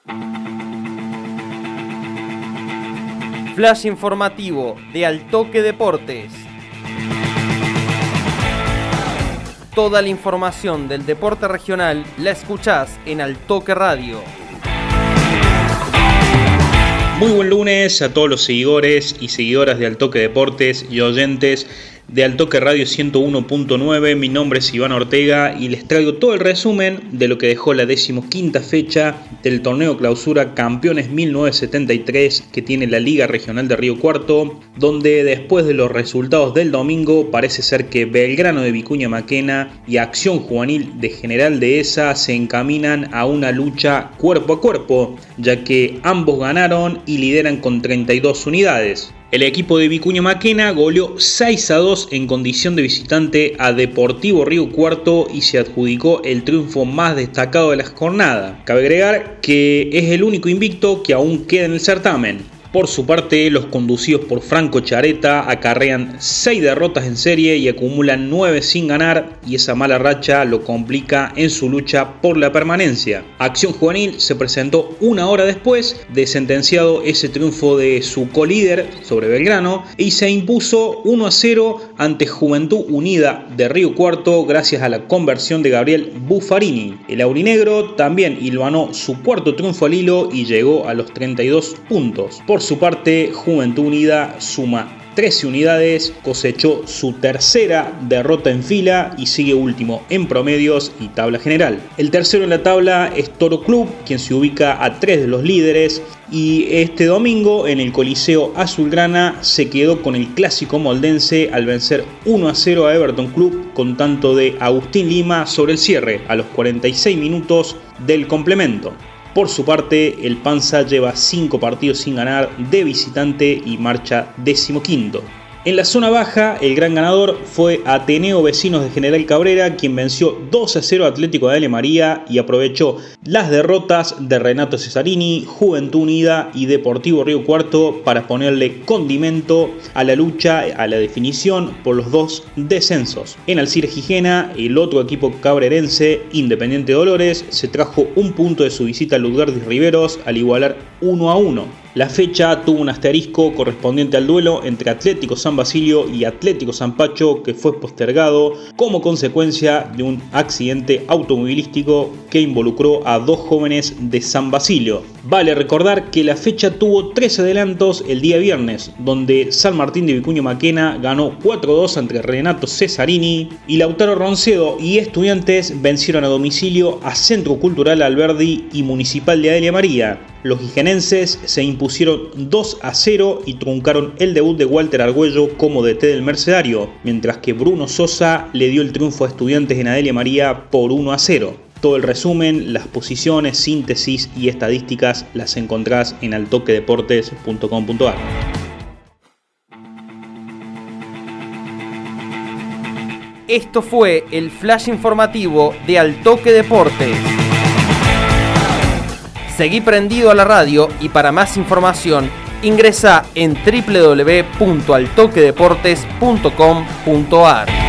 Flash informativo de Al Toque Deportes. Toda la información del deporte regional la escuchás en Al Toque Radio. Muy buen lunes a todos los seguidores y seguidoras de Al Toque Deportes y oyentes de Al Toque Radio 101.9. Mi nombre es Iván Ortega y les traigo todo el resumen de lo que dejó la 15ª fecha del torneo Clausura Campeones 1973 que tiene la Liga Regional de Río Cuarto, donde después de los resultados del domingo parece ser que Belgrano de Vicuña Maquena y Acción Juvenil de General Dehesa se encaminan a una lucha cuerpo a cuerpo, ya que ambos ganaron y lideran con 32 unidades. El equipo de Vicuña Maquena goleó 6-2 en condición de visitante a Deportivo Río Cuarto y se adjudicó el triunfo más destacado de la jornada. Cabe agregar que es el único invicto que aún queda en el certamen. Por su parte, los conducidos por Franco Chareta acarrean 6 derrotas en serie y acumulan 9 sin ganar, y esa mala racha lo complica en su lucha por la permanencia. Acción Juvenil se presentó una hora después de sentenciado ese triunfo de su colíder sobre Belgrano y se impuso 1-0 ante Juventud Unida de Río Cuarto gracias a la conversión de Gabriel Buffarini. El aurinegro también hilvanó su cuarto triunfo al hilo y llegó a los 32 puntos. Por su parte, Juventud Unida suma 13 unidades, cosechó su tercera derrota en fila y sigue último en promedios y tabla general. El tercero en la tabla es Toro Club, quien se ubica a 3 de los líderes, y este domingo en el Coliseo Azulgrana se quedó con el clásico moldense al vencer 1-0 a Everton Club con tanto de Agustín Lima sobre el cierre a los 46 minutos del complemento. Por su parte, el Panza lleva 5 partidos sin ganar de visitante y marcha 15º. En la zona baja, el gran ganador fue Ateneo Vecinos de General Cabrera, quien venció 2-0 a Atlético de Adelia María y aprovechó las derrotas de Renato Cesarini, Juventud Unida y Deportivo Río Cuarto para ponerle condimento a la lucha, a la definición por los 2 descensos. En Alcire Gijena, el otro equipo cabrerense, Independiente Dolores, se trajo un punto de su visita a Ludgardis Riveros al igualar 1-1. La fecha tuvo un asterisco correspondiente al duelo entre Atlético San Basilio y Atlético San Pacho, que fue postergado como consecuencia de un accidente automovilístico que involucró a 2 jóvenes de San Basilio. Vale recordar que la fecha tuvo 3 adelantos el día viernes, donde San Martín de Vicuña Maquena ganó 4-2 ante Renato Cesarini y Lautaro Roncedo y Estudiantes vencieron a domicilio a Centro Cultural Alberdi y Municipal de Adelia María. Los gijenenses se impusieron 2-0 y truncaron el debut de Walter Argüello como DT del Mercedario, mientras que Bruno Sosa le dio el triunfo a Estudiantes en Adelia María por 1-0. Todo el resumen, las posiciones, síntesis y estadísticas las encontrás en altoquedeportes.com.ar. Esto fue el flash informativo de Al Toque Deportes. Seguí prendido a la radio y para más información ingresa en www.altoquedeportes.com.ar.